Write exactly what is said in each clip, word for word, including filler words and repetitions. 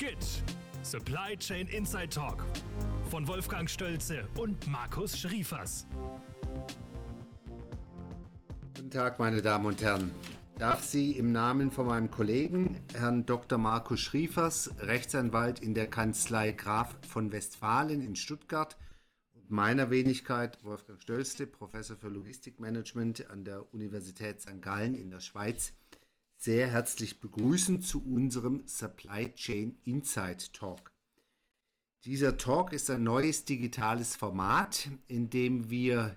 G I T, Supply Chain Inside Talk von Wolfgang Stölze und Markus Schriefers. Guten Tag, meine Damen und Herren. Ich darf Sie im Namen von meinem Kollegen, Herrn Doktor Markus Schriefers, Rechtsanwalt in der Kanzlei Graf von Westphalen in Stuttgart, und meiner Wenigkeit, Wolfgang Stölzle, Professor für Logistikmanagement an der Universität Sankt Gallen in der Schweiz, sehr herzlich begrüßen zu unserem Supply Chain Inside Talk. Dieser Talk ist ein neues digitales Format, in dem wir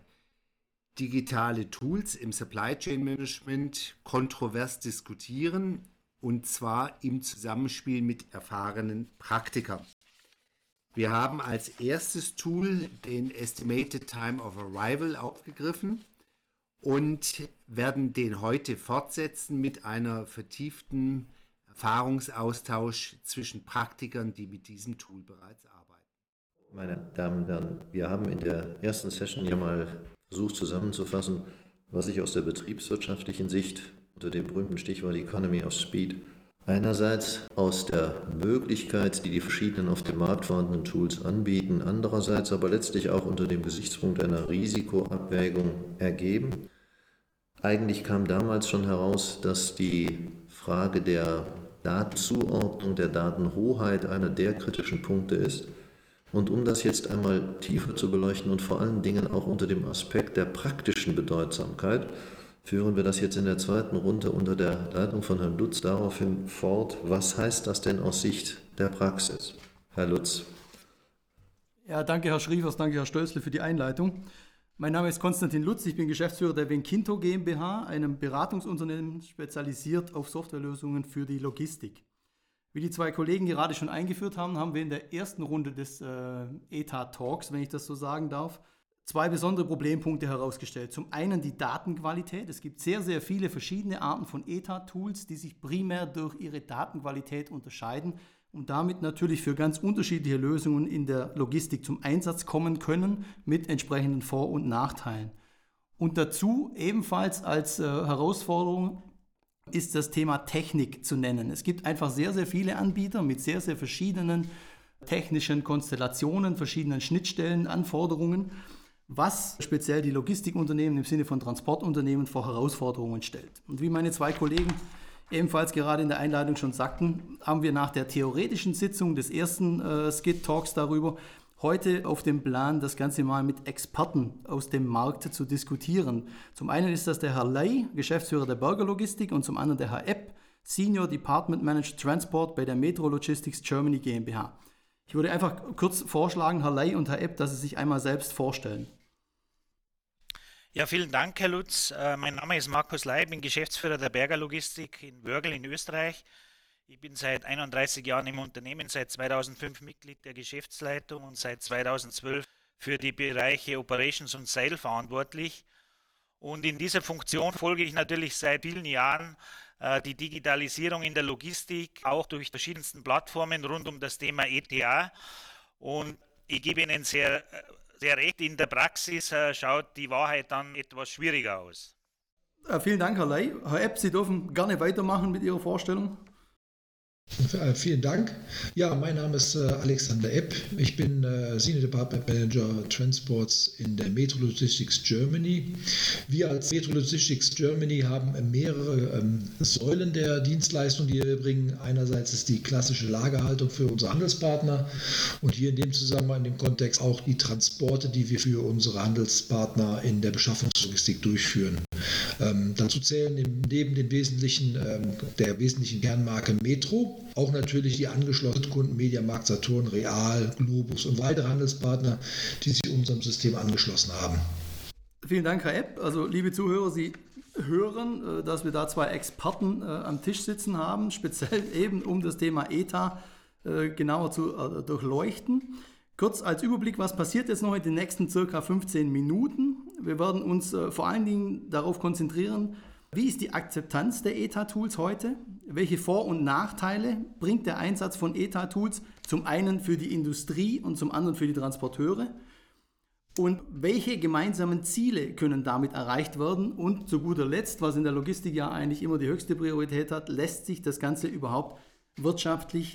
digitale Tools im Supply Chain Management kontrovers diskutieren, und zwar im Zusammenspiel mit erfahrenen Praktikern. Wir haben als erstes Tool den Estimated Time of Arrival aufgegriffen und werden den heute fortsetzen mit einer vertieften Erfahrungsaustausch zwischen Praktikern, die mit diesem Tool bereits arbeiten. Meine Damen und Herren, wir haben in der ersten Session ja mal versucht zusammenzufassen, was sich aus der betriebswirtschaftlichen Sicht unter dem berühmten Stichwort Economy of Speed einerseits aus der Möglichkeit, die die verschiedenen auf dem Markt vorhandenen Tools anbieten, andererseits aber letztlich auch unter dem Gesichtspunkt einer Risikoabwägung ergeben. Eigentlich kam damals schon heraus, dass die Frage der Datenzuordnung, der Datenhoheit einer der kritischen Punkte ist. Und um das jetzt einmal tiefer zu beleuchten und vor allen Dingen auch unter dem Aspekt der praktischen Bedeutsamkeit, führen wir das jetzt in der zweiten Runde unter der Leitung von Herrn Lutz daraufhin fort. Was heißt das denn aus Sicht der Praxis? Herr Lutz. Ja, danke Herr Schriefers, danke Herr Stölzle für die Einleitung. Mein Name ist Konstantin Lutz, ich bin Geschäftsführer der Venkinto GmbH, einem Beratungsunternehmen spezialisiert auf Softwarelösungen für die Logistik. Wie die zwei Kollegen gerade schon eingeführt haben, haben wir in der ersten Runde des äh, E T A-Talks, wenn ich das so sagen darf, zwei besondere Problempunkte herausgestellt. Zum einen die Datenqualität. Es gibt sehr, sehr viele verschiedene Arten von E T A-Tools, die sich primär durch ihre Datenqualität unterscheiden und damit natürlich für ganz unterschiedliche Lösungen in der Logistik zum Einsatz kommen können, mit entsprechenden Vor- und Nachteilen. Und dazu ebenfalls als äh, Herausforderung ist das Thema Technik zu nennen. Es gibt einfach sehr, sehr viele Anbieter mit sehr, sehr verschiedenen technischen Konstellationen, verschiedenen Schnittstellen, Anforderungen, was speziell die Logistikunternehmen im Sinne von Transportunternehmen vor Herausforderungen stellt. Und wie meine zwei Kollegen ebenfalls gerade in der Einleitung schon sagten, haben wir nach der theoretischen Sitzung des ersten äh, S C I T-Talks darüber heute auf dem Plan, das Ganze mal mit Experten aus dem Markt zu diskutieren. Zum einen ist das der Herr Ley, Geschäftsführer der Berger Logistik, und zum anderen der Herr Epp, Senior Department Managed Transport bei der Metro Logistics Germany GmbH. Ich würde einfach kurz vorschlagen, Herr Ley und Herr Epp, dass Sie sich einmal selbst vorstellen. Ja, vielen Dank, Herr Lutz. Äh, mein Name ist Markus Ley, bin Geschäftsführer der Berger Logistik in Wörgl in Österreich. Ich bin seit einunddreißig Jahren im Unternehmen, seit zweitausendfünf Mitglied der Geschäftsleitung und seit zweitausendzwölf für die Bereiche Operations und Sale verantwortlich. Und in dieser Funktion folge ich natürlich seit vielen Jahren äh, die Digitalisierung in der Logistik, auch durch verschiedensten Plattformen rund um das Thema E T A. Und ich gebe Ihnen sehr, sehr recht, in der Praxis äh, schaut die Wahrheit dann etwas schwieriger aus. Äh, vielen Dank, Herr Ley. Herr Epp, Sie dürfen gerne weitermachen mit Ihrer Vorstellung. Vielen Dank. Ja, mein Name ist äh, Alexander Epp. Ich bin äh, Senior Department Manager Transports in der Metro Logistics Germany. Wir als Metro Logistics Germany haben mehrere ähm, Säulen der Dienstleistung, die wir bringen. Einerseits ist die klassische Lagerhaltung für unsere Handelspartner und hier in dem Zusammenhang, in dem Kontext auch die Transporte, die wir für unsere Handelspartner in der Beschaffungslogistik durchführen. Ähm, dazu zählen neben den wesentlichen, ähm, der wesentlichen Kernmarke Metro auch natürlich die angeschlossenen Kunden Mediamarkt, Saturn, Real, Globus und weitere Handelspartner, die sich unserem System angeschlossen haben. Vielen Dank, Herr Epp. Also, liebe Zuhörer, Sie hören, dass wir da zwei Experten äh, am Tisch sitzen haben, speziell eben um das Thema E T A äh, genauer zu äh, durchleuchten. Kurz als Überblick, was passiert jetzt noch in den nächsten circa fünfzehn Minuten? Wir werden uns äh, vor allen Dingen darauf konzentrieren, wie ist die Akzeptanz der E T A-Tools heute? Welche Vor- und Nachteile bringt der Einsatz von E T A-Tools zum einen für die Industrie und zum anderen für die Transporteure? Und welche gemeinsamen Ziele können damit erreicht werden? Und zu guter Letzt, was in der Logistik ja eigentlich immer die höchste Priorität hat, lässt sich das Ganze überhaupt wirtschaftlich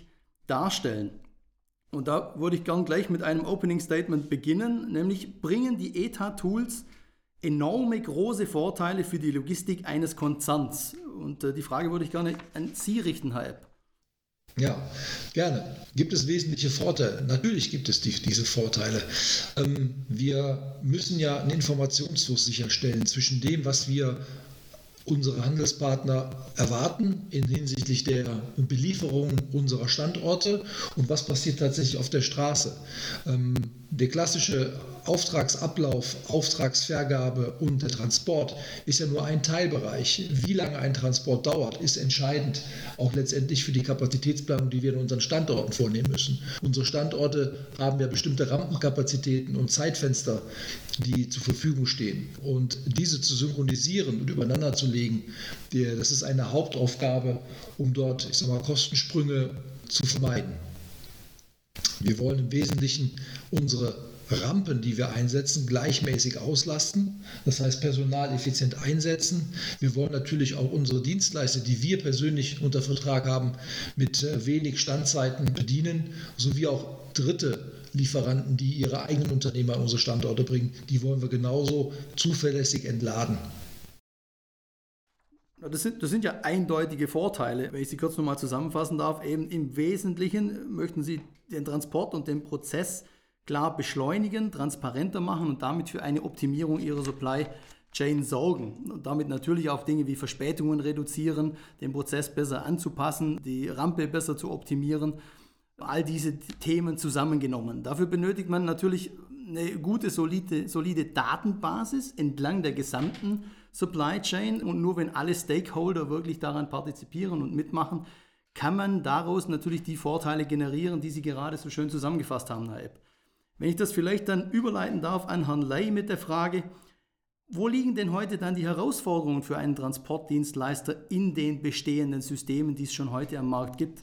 darstellen. Und da würde ich gern gleich mit einem Opening Statement beginnen, nämlich bringen die E T A-Tools enorme große Vorteile für die Logistik eines Konzerns. Und äh, die Frage würde ich gerne an Sie richten, Herr Epp. Ja, gerne. Gibt es wesentliche Vorteile? Natürlich gibt es die, diese Vorteile. Ähm, wir müssen ja einen Informationsfluss sicherstellen zwischen dem, was wir unsere Handelspartner erwarten in hinsichtlich der Belieferung unserer Standorte und was passiert tatsächlich auf der Straße. Ähm, der klassische Auftragsablauf, Auftragsvergabe und der Transport ist ja nur ein Teilbereich. Wie lange ein Transport dauert, ist entscheidend, auch letztendlich für die Kapazitätsplanung, die wir in unseren Standorten vornehmen müssen. Unsere Standorte haben ja bestimmte Rampenkapazitäten und Zeitfenster, die zur Verfügung stehen. Und diese zu synchronisieren und übereinander zu legen, das ist eine Hauptaufgabe, um dort, ich sag mal, Kostensprünge zu vermeiden. Wir wollen im Wesentlichen unsere Rampen, die wir einsetzen, gleichmäßig auslasten, das heißt personaleffizient einsetzen. Wir wollen natürlich auch unsere Dienstleister, die wir persönlich unter Vertrag haben, mit wenig Standzeiten bedienen, sowie auch dritte Lieferanten, die ihre eigenen Unternehmer an unsere Standorte bringen, die wollen wir genauso zuverlässig entladen. Das sind, das sind ja eindeutige Vorteile. Wenn ich Sie kurz nochmal zusammenfassen darf, eben im Wesentlichen möchten Sie den Transport und den Prozess klar beschleunigen, transparenter machen und damit für eine Optimierung Ihrer Supply Chain sorgen. Und damit natürlich auch Dinge wie Verspätungen reduzieren, den Prozess besser anzupassen, die Rampe besser zu optimieren. All diese Themen zusammengenommen. Dafür benötigt man natürlich eine gute, solide, solide Datenbasis entlang der gesamten Supply Chain. Und nur wenn alle Stakeholder wirklich daran partizipieren und mitmachen, kann man daraus natürlich die Vorteile generieren, die Sie gerade so schön zusammengefasst haben, Herr Epp. Wenn ich das vielleicht dann überleiten darf an Herrn Ley mit der Frage, wo liegen denn heute dann die Herausforderungen für einen Transportdienstleister in den bestehenden Systemen, die es schon heute am Markt gibt?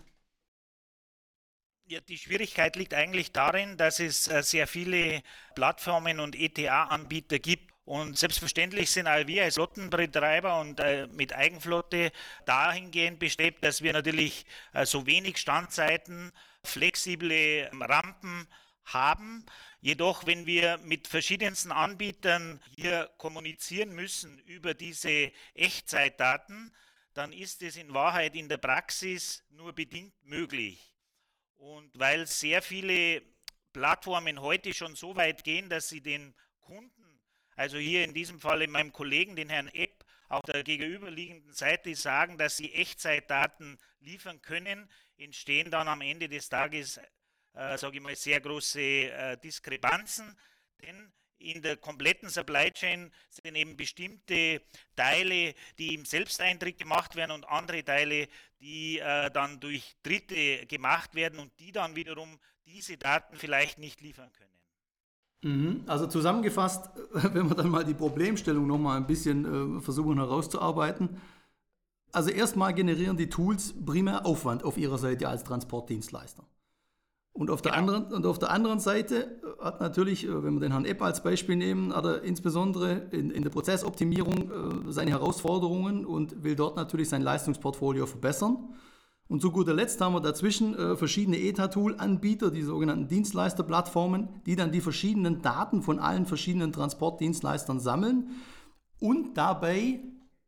Ja, die Schwierigkeit liegt eigentlich darin, dass es äh, sehr viele Plattformen und E T A-Anbieter gibt. Und selbstverständlich sind auch wir als Flottenbetreiber und äh, mit Eigenflotte dahingehend bestrebt, dass wir natürlich äh, so wenig Standzeiten, flexible Rampen haben. Jedoch, wenn wir mit verschiedensten Anbietern hier kommunizieren müssen über diese Echtzeitdaten, dann ist es in Wahrheit in der Praxis nur bedingt möglich. Und weil sehr viele Plattformen heute schon so weit gehen, dass sie den Kunden, also hier in diesem Fall meinem Kollegen, den Herrn Epp, auf der gegenüberliegenden Seite sagen, dass sie Echtzeitdaten liefern können, entstehen dann am Ende des Tages, äh, sage ich mal, sehr große äh, Diskrepanzen, denn in der kompletten Supply Chain sind eben bestimmte Teile, die im Selbsteintritt gemacht werden und andere Teile, die äh, dann durch Dritte gemacht werden und die dann wiederum diese Daten vielleicht nicht liefern können. Also zusammengefasst, wenn wir dann mal die Problemstellung noch mal ein bisschen äh, versuchen herauszuarbeiten. Also erstmal generieren die Tools primär Aufwand auf ihrer Seite als Transportdienstleister. Und auf, der Genau. anderen, und auf der anderen Seite hat natürlich, wenn wir den Herrn Epp als Beispiel nehmen, hat er insbesondere in, in der Prozessoptimierung äh, seine Herausforderungen und will dort natürlich sein Leistungsportfolio verbessern. Und zu guter Letzt haben wir dazwischen äh, verschiedene E T A-Tool-Anbieter, die sogenannten Dienstleisterplattformen, die dann die verschiedenen Daten von allen verschiedenen Transportdienstleistern sammeln und dabei,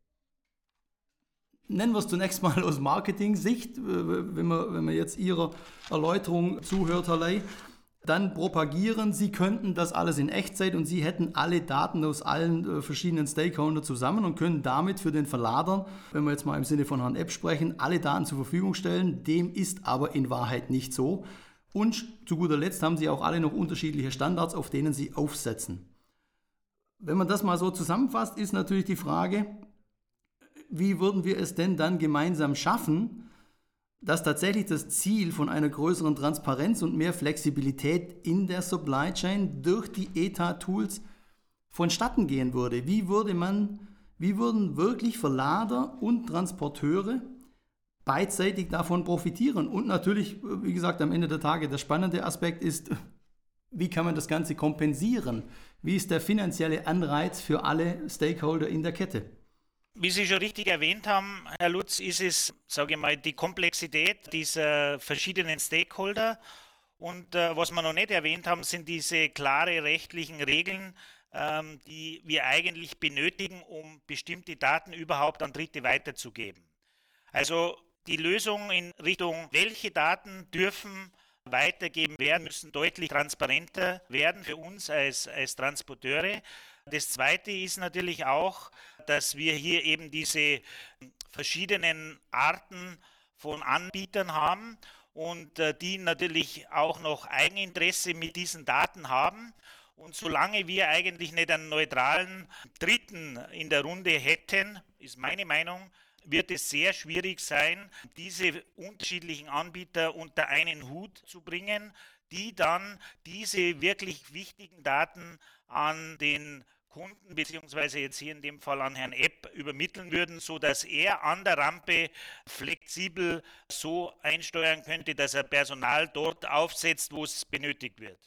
nennen wir es zunächst mal aus Marketing-Sicht, wenn man, wenn man jetzt Ihrer Erläuterung zuhört, Herr Ley, dann propagieren, Sie könnten das alles in Echtzeit und Sie hätten alle Daten aus allen äh, verschiedenen Stakeholdern zusammen und können damit für den Verlader, wenn wir jetzt mal im Sinne von Herrn Epp sprechen, alle Daten zur Verfügung stellen. Dem ist aber in Wahrheit nicht so. Und zu guter Letzt haben Sie auch alle noch unterschiedliche Standards, auf denen Sie aufsetzen. Wenn man das mal so zusammenfasst, ist natürlich die Frage, wie würden wir es denn dann gemeinsam schaffen, dass tatsächlich das Ziel von einer größeren Transparenz und mehr Flexibilität in der Supply Chain durch die E T A-Tools vonstatten gehen würde? Wie würde man, wie würden wirklich Verlader und Transporteure beidseitig davon profitieren? Und natürlich, wie gesagt, am Ende der Tage der spannende Aspekt ist, wie kann man das Ganze kompensieren? Wie ist der finanzielle Anreiz für alle Stakeholder in der Kette? Wie Sie schon richtig erwähnt haben, Herr Lutz, ist es, sage ich mal, die Komplexität dieser verschiedenen Stakeholder. Und äh, was wir noch nicht erwähnt haben, sind diese klare rechtlichen Regeln, ähm, die wir eigentlich benötigen, um bestimmte Daten überhaupt an Dritte weiterzugeben. Also die Lösung in Richtung, welche Daten dürfen weitergeben werden, müssen deutlich transparenter werden für uns als, als Transporteure. Das Zweite ist natürlich auch, dass wir hier eben diese verschiedenen Arten von Anbietern haben und äh, die natürlich auch noch Eigeninteresse mit diesen Daten haben. Und solange wir eigentlich nicht einen neutralen Dritten in der Runde hätten, ist meine Meinung, wird es sehr schwierig sein, diese unterschiedlichen Anbieter unter einen Hut zu bringen, die dann diese wirklich wichtigen Daten an den Kunden, beziehungsweise jetzt hier in dem Fall an Herrn Epp, übermitteln würden, sodass er an der Rampe flexibel so einsteuern könnte, dass er Personal dort aufsetzt, wo es benötigt wird.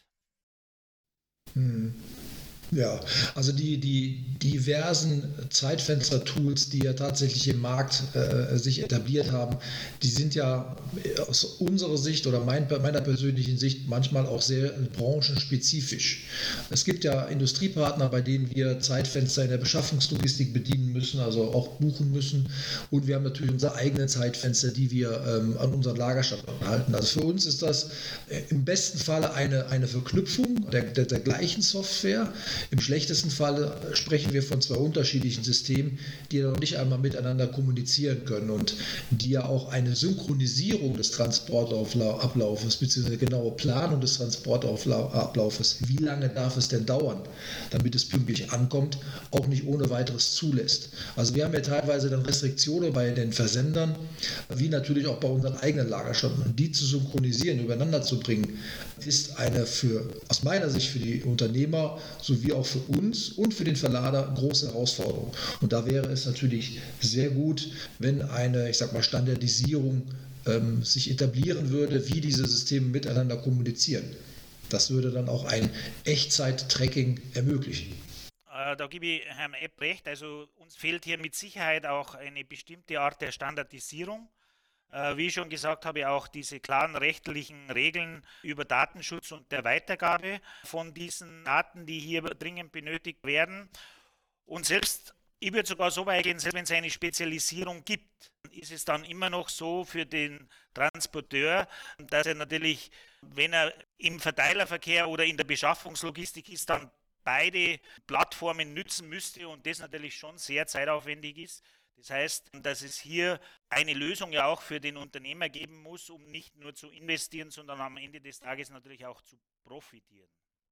Hm. Ja, also die, die diversen Zeitfenster-Tools, die ja tatsächlich im Markt äh, sich etabliert haben, die sind ja aus unserer Sicht oder mein, meiner persönlichen Sicht manchmal auch sehr branchenspezifisch. Es gibt ja Industriepartner, bei denen wir Zeitfenster in der Beschaffungslogistik bedienen müssen, also auch buchen müssen. Und wir haben natürlich unsere eigenen Zeitfenster, die wir ähm, an unseren Lagerstandorten halten. Also für uns ist das äh, im besten Falle eine, eine Verknüpfung der, der, der gleichen Software. Im schlechtesten Fall sprechen wir von zwei unterschiedlichen Systemen, die noch nicht einmal miteinander kommunizieren können und die ja auch eine Synchronisierung des Transportablaufes bzw. genaue Planung des Transportablaufes, wie lange darf es denn dauern, damit es pünktlich ankommt, auch nicht ohne weiteres zulässt. Also wir haben ja teilweise dann Restriktionen bei den Versendern, wie natürlich auch bei unseren eigenen Lagerständen. Die zu synchronisieren, übereinander zu bringen, ist eine für, aus meiner Sicht für die Unternehmer sowie auch für uns und für den Verlader große Herausforderung. Und da wäre es natürlich sehr gut, wenn eine, ich sag mal, Standardisierung ähm, sich etablieren würde, wie diese Systeme miteinander kommunizieren. Das würde dann auch ein Echtzeit-Tracking ermöglichen. Äh, da gebe ich Herrn Epp recht. Also uns fehlt hier mit Sicherheit auch eine bestimmte Art der Standardisierung. Wie ich schon gesagt habe, auch diese klaren rechtlichen Regeln über Datenschutz und der Weitergabe von diesen Daten, die hier dringend benötigt werden. Und selbst, ich würde sogar so weit gehen, selbst wenn es eine Spezialisierung gibt, ist es dann immer noch so für den Transporteur, dass er natürlich, wenn er im Verteilerverkehr oder in der Beschaffungslogistik ist, dann beide Plattformen nützen müsste und das natürlich schon sehr zeitaufwendig ist. Das heißt, dass es hier eine Lösung ja auch für den Unternehmer geben muss, um nicht nur zu investieren, sondern am Ende des Tages natürlich auch zu profitieren.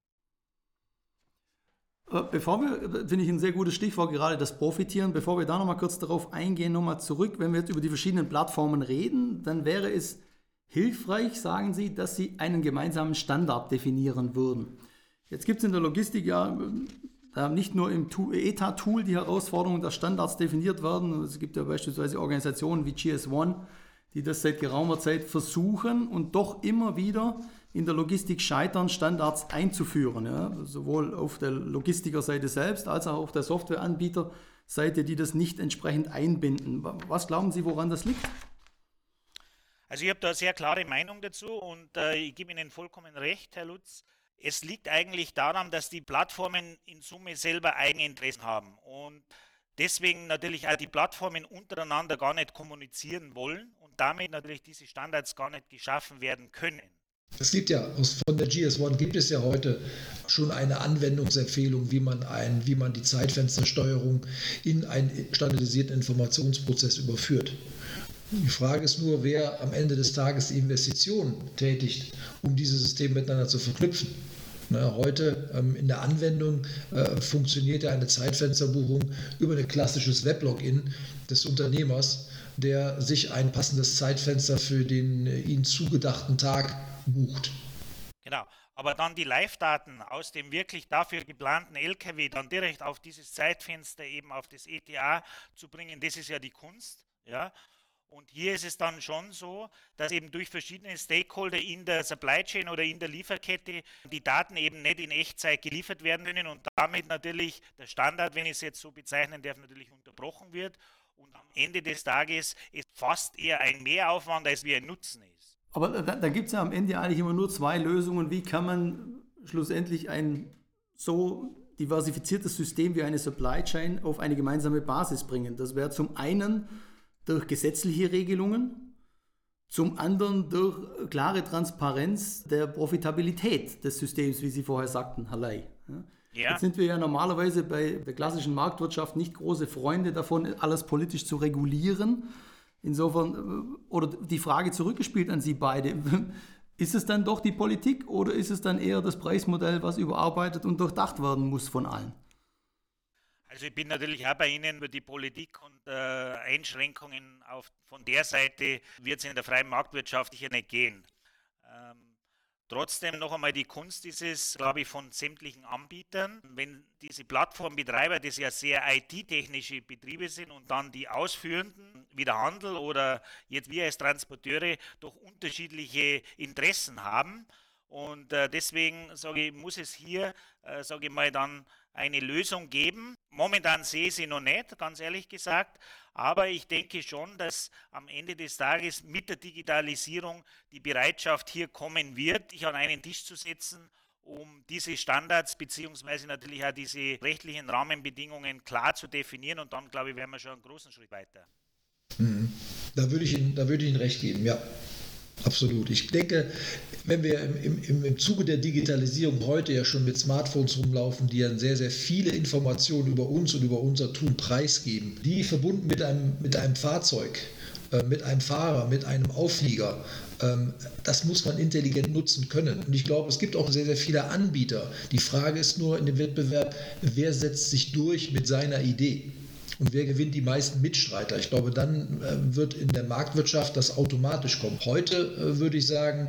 Bevor wir, finde ich ein sehr gutes Stichwort, gerade das Profitieren, bevor wir da nochmal kurz darauf eingehen, nochmal zurück, wenn wir jetzt über die verschiedenen Plattformen reden, dann wäre es hilfreich, sagen Sie, dass Sie einen gemeinsamen Standard definieren würden. Jetzt gibt es in der Logistik ja nicht nur im E T A-Tool die Herausforderung, dass Standards definiert werden. Es gibt ja beispielsweise Organisationen wie G S eins, die das seit geraumer Zeit versuchen und doch immer wieder in der Logistik scheitern, Standards einzuführen. Ja? Sowohl auf der Logistikerseite selbst als auch auf der Softwareanbieterseite, die das nicht entsprechend einbinden. Was glauben Sie, woran das liegt? Also ich habe da eine sehr klare Meinung dazu und äh, ich gebe Ihnen vollkommen recht, Herr Lutz. Es liegt eigentlich daran, dass die Plattformen in Summe selber Eigeninteressen haben und deswegen natürlich auch die Plattformen untereinander gar nicht kommunizieren wollen und damit natürlich diese Standards gar nicht geschaffen werden können. Es gibt ja, von der G S eins gibt es ja heute schon eine Anwendungsempfehlung, wie man, ein, wie man die Zeitfenstersteuerung in einen standardisierten Informationsprozess überführt. Die Frage ist nur, wer am Ende des Tages die Investitionen tätigt, um diese Systeme miteinander zu verknüpfen. Na, heute ähm, in der Anwendung äh, funktioniert ja eine Zeitfensterbuchung über ein klassisches Weblogin des Unternehmers, der sich ein passendes Zeitfenster für den äh, ihm zugedachten Tag bucht. Genau, aber dann die Live-Daten aus dem wirklich dafür geplanten L K W dann direkt auf dieses Zeitfenster, eben auf das E T A zu bringen, das ist ja die Kunst, ja. Und hier ist es dann schon so, dass eben durch verschiedene Stakeholder in der Supply Chain oder in der Lieferkette die Daten eben nicht in Echtzeit geliefert werden können und damit natürlich der Standard, wenn ich es jetzt so bezeichnen darf, natürlich unter unterbrochen wird und am Ende des Tages es fast eher ein Mehraufwand als wie ein Nutzen ist. Aber da, da gibt es ja am Ende eigentlich immer nur zwei Lösungen. Wie kann man schlussendlich ein so diversifiziertes System wie eine Supply Chain auf eine gemeinsame Basis bringen? Das wäre zum einen durch gesetzliche Regelungen, zum anderen durch klare Transparenz der Profitabilität des Systems, wie Sie vorher sagten, Herr Ley. Ja. Ja. Jetzt sind wir ja normalerweise bei der klassischen Marktwirtschaft nicht große Freunde davon, alles politisch zu regulieren. Insofern, oder die Frage zurückgespielt an Sie beide, ist es dann doch die Politik oder ist es dann eher das Preismodell, was überarbeitet und durchdacht werden muss von allen? Also ich bin natürlich auch bei Ihnen über die Politik und äh, Einschränkungen auf, von der Seite wird es in der freien Marktwirtschaft sicher nicht gehen. Ähm, Trotzdem noch einmal, die Kunst ist es, glaube ich, von sämtlichen Anbietern, wenn diese Plattformbetreiber, das ja sehr I T-technische Betriebe sind und dann die Ausführenden, wie der Handel oder jetzt wir als Transporteure, doch unterschiedliche Interessen haben. Und äh, deswegen sage ich, muss es hier, äh, sage ich mal, dann eine Lösung geben. Momentan sehe ich sie noch nicht, ganz ehrlich gesagt, aber ich denke schon, dass am Ende des Tages mit der Digitalisierung die Bereitschaft hier kommen wird, sich an einen Tisch zu setzen, um diese Standards beziehungsweise natürlich auch diese rechtlichen Rahmenbedingungen klar zu definieren und dann, glaube ich, wären wir schon einen großen Schritt weiter. Mhm. Da würde ich Ihnen, da würde ich Ihnen recht geben, ja. Absolut. Ich denke, wenn wir im, im, im Zuge der Digitalisierung heute ja schon mit Smartphones rumlaufen, die ja sehr, sehr viele Informationen über uns und über unser Tun preisgeben, die verbunden mit einem, mit einem Fahrzeug, äh, mit einem Fahrer, mit einem Auflieger, ähm, das muss man intelligent nutzen können. Und ich glaube, es gibt auch sehr, sehr viele Anbieter. Die Frage ist nur in dem Wettbewerb, wer setzt sich durch mit seiner Idee? Und wer gewinnt die meisten Mitstreiter? Ich glaube, dann äh, wird in der Marktwirtschaft das automatisch kommen. Heute äh, würde ich sagen,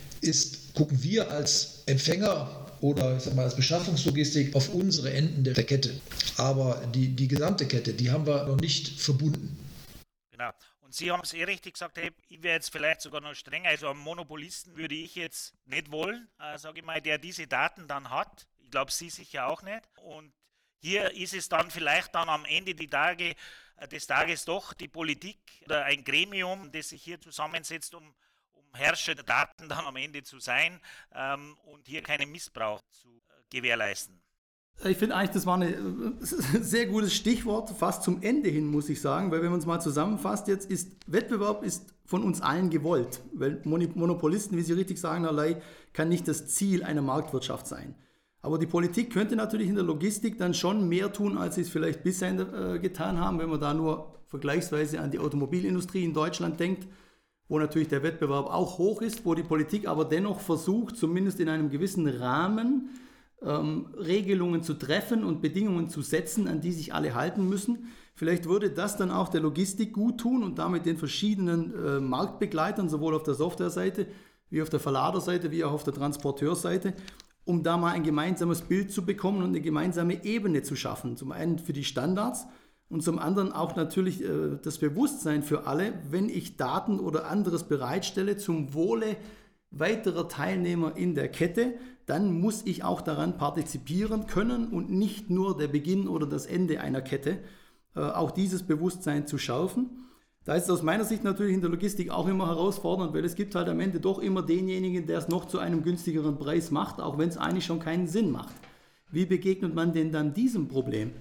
ist, gucken wir als Empfänger oder ich sag mal, als Beschaffungslogistik auf unsere Enden der Kette. Aber die, die gesamte Kette, die haben wir noch nicht verbunden. Genau. Und Sie haben es eh richtig gesagt, hey, ich wäre jetzt vielleicht sogar noch strenger. Also einen Monopolisten würde ich jetzt nicht wollen, äh, sage ich mal, der diese Daten dann hat. Ich glaube, Sie sicher auch nicht. Und hier ist es dann vielleicht dann am Ende die Tage, des Tages doch die Politik oder ein Gremium, das sich hier zusammensetzt, um, um Herrscher der Daten dann am Ende zu sein ähm, und hier keinen Missbrauch zu äh, gewährleisten. Ich finde eigentlich, das war ein sehr gutes Stichwort, fast zum Ende hin, muss ich sagen, weil wenn man es mal zusammenfasst, jetzt ist Wettbewerb ist von uns allen gewollt, weil Monopolisten, wie Sie richtig sagen, Herr Ley, kann nicht das Ziel einer Marktwirtschaft sein. Aber die Politik könnte natürlich in der Logistik dann schon mehr tun, als sie es vielleicht bisher äh, getan haben, wenn man da nur vergleichsweise an die Automobilindustrie in Deutschland denkt, wo natürlich der Wettbewerb auch hoch ist, wo die Politik aber dennoch versucht, zumindest in einem gewissen Rahmen, ähm, Regelungen zu treffen und Bedingungen zu setzen, an die sich alle halten müssen. Vielleicht würde das dann auch der Logistik gut tun und damit den verschiedenen äh, Marktbegleitern, sowohl auf der Softwareseite wie auf der Verladerseite, wie auch auf der Transporteurseite, um da mal ein gemeinsames Bild zu bekommen und eine gemeinsame Ebene zu schaffen. Zum einen für die Standards und zum anderen auch natürlich äh, das Bewusstsein für alle, wenn ich Daten oder anderes bereitstelle zum Wohle weiterer Teilnehmer in der Kette, dann muss ich auch daran partizipieren können und nicht nur der Beginn oder das Ende einer Kette, äh, auch dieses Bewusstsein zu schärfen. Da ist es aus meiner Sicht natürlich in der Logistik auch immer herausfordernd, weil es gibt halt am Ende doch immer denjenigen, der es noch zu einem günstigeren Preis macht, auch wenn es eigentlich schon keinen Sinn macht. Wie begegnet man denn dann diesem Problem?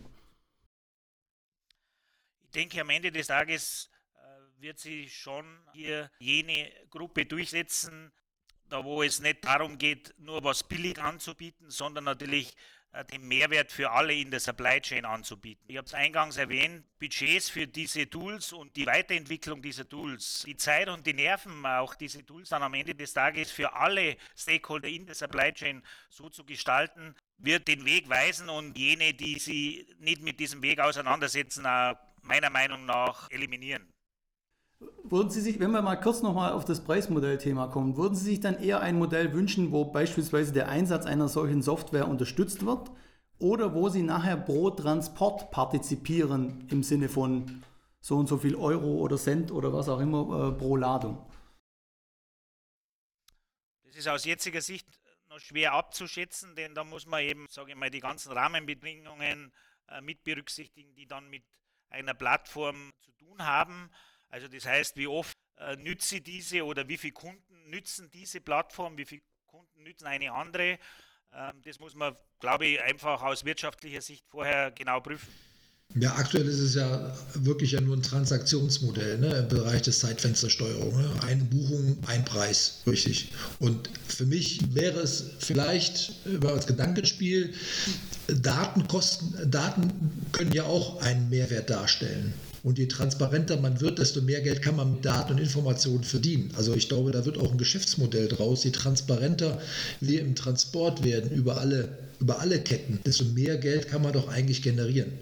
Ich denke, am Ende des Tages äh, wird sich schon hier jene Gruppe durchsetzen, da wo es nicht darum geht, nur was billig anzubieten, sondern natürlich den Mehrwert für alle in der Supply Chain anzubieten. Ich habe es eingangs erwähnt, Budgets für diese Tools und die Weiterentwicklung dieser Tools, die Zeit und die Nerven, auch diese Tools dann am Ende des Tages für alle Stakeholder in der Supply Chain so zu gestalten, wird den Weg weisen und jene, die sich nicht mit diesem Weg auseinandersetzen, auch meiner Meinung nach eliminieren. Würden Sie sich, wenn wir mal kurz nochmal auf das Preismodellthema kommen, würden Sie sich dann eher ein Modell wünschen, wo beispielsweise der Einsatz einer solchen Software unterstützt wird oder wo Sie nachher pro Transport partizipieren im Sinne von so und so viel Euro oder Cent oder was auch immer äh, pro Ladung? Das ist aus jetziger Sicht noch schwer abzuschätzen, denn da muss man eben, sage ich mal, die ganzen Rahmenbedingungen äh, mit berücksichtigen, die dann mit einer Plattform zu tun haben. Also das heißt, wie oft äh, nütze ich diese oder wie viele Kunden nützen diese Plattform, wie viele Kunden nützen eine andere. Ähm, das muss man, glaube ich, einfach aus wirtschaftlicher Sicht vorher genau prüfen. Ja, aktuell ist es ja wirklich ja nur ein Transaktionsmodell, ne, im Bereich des Zeitfenstersteuerung. Ne? Eine Buchung, ein Preis, richtig. Und für mich wäre es vielleicht über das Gedankenspiel, Datenkosten, Daten können ja auch einen Mehrwert darstellen. Und je transparenter man wird, desto mehr Geld kann man mit Daten und Informationen verdienen. Also ich glaube, da wird auch ein Geschäftsmodell draus. Je transparenter wir im Transport werden über alle, über alle Ketten, desto mehr Geld kann man doch eigentlich generieren.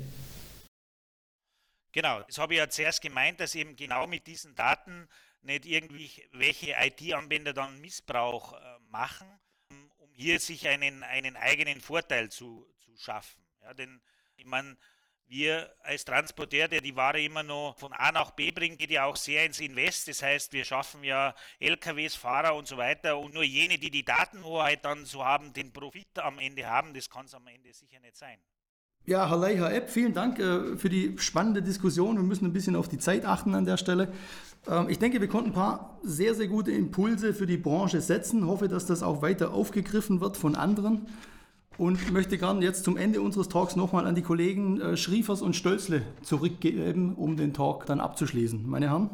Genau, das habe ich ja zuerst gemeint, dass eben genau mit diesen Daten nicht irgendwelche I T-Anwender dann Missbrauch äh, machen, um hier sich einen, einen eigenen Vorteil zu, zu schaffen. Ja, denn ich meine, wir als Transporteur, der die Ware immer noch von A nach B bringt, geht ja auch sehr ins Invest. Das heißt, wir schaffen ja L K Ws, Fahrer und so weiter. Und nur jene, die die Datenhoheit dann so haben, den Profit am Ende haben, das kann es am Ende sicher nicht sein. Ja, Herr Ley, Herr Epp, vielen Dank äh, für die spannende Diskussion. Wir müssen ein bisschen auf die Zeit achten an der Stelle. Ähm, ich denke, wir konnten ein paar sehr, sehr gute Impulse für die Branche setzen. Hoffe, dass das auch weiter aufgegriffen wird von anderen. Und möchte gerne jetzt zum Ende unseres Talks nochmal an die Kollegen äh, Schriefers und Stölzle zurückgeben, um den Talk dann abzuschließen. Meine Herren?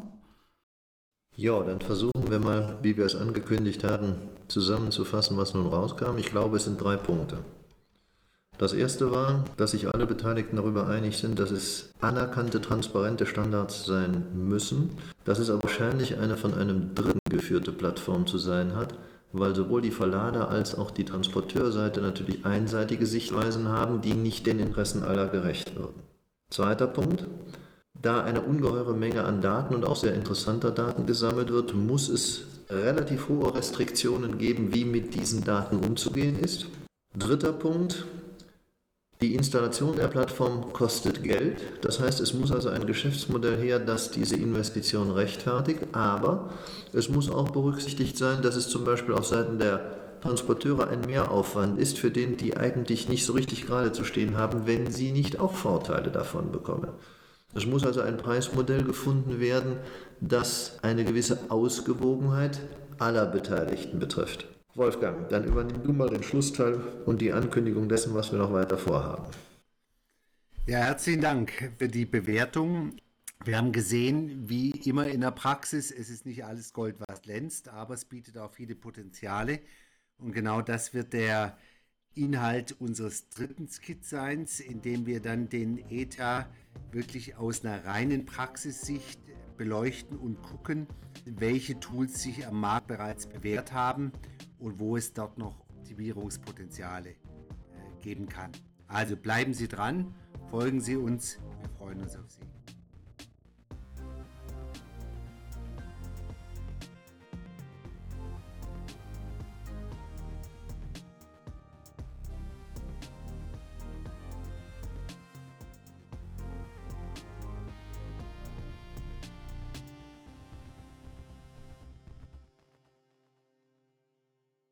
Ja, dann versuchen wir mal, wie wir es angekündigt hatten, zusammenzufassen, was nun rauskam. Ich glaube, es sind drei Punkte. Das erste war, dass sich alle Beteiligten darüber einig sind, dass es anerkannte, transparente Standards sein müssen, dass es aber wahrscheinlich eine von einem Dritten geführte Plattform zu sein hat, weil sowohl die Verlader als auch die Transporteurseite natürlich einseitige Sichtweisen haben, die nicht den Interessen aller gerecht würden. Zweiter Punkt, da eine ungeheure Menge an Daten und auch sehr interessanter Daten gesammelt wird, muss es relativ hohe Restriktionen geben, wie mit diesen Daten umzugehen ist. Dritter Punkt, die Installation der Plattform kostet Geld, das heißt, es muss also ein Geschäftsmodell her, das diese Investition rechtfertigt, aber es muss auch berücksichtigt sein, dass es zum Beispiel auf Seiten der Transporteure ein Mehraufwand ist, für den die eigentlich nicht so richtig gerade zu stehen haben, wenn sie nicht auch Vorteile davon bekommen. Es muss also ein Preismodell gefunden werden, das eine gewisse Ausgewogenheit aller Beteiligten betrifft. Wolfgang, dann übernimm du mal den Schlussteil und die Ankündigung dessen, was wir noch weiter vorhaben. Ja, herzlichen Dank für die Bewertung. Wir haben gesehen, wie immer in der Praxis, es ist nicht alles Gold, was glänzt, aber es bietet auch viele Potenziale. Und genau das wird der Inhalt unseres dritten Skizzeins, in dem wir dann den E T A wirklich aus einer reinen Praxissicht beleuchten und gucken, welche Tools sich am Markt bereits bewährt haben und wo es dort noch Optimierungspotenziale äh, geben kann. Also bleiben Sie dran, folgen Sie uns, wir freuen uns auf Sie.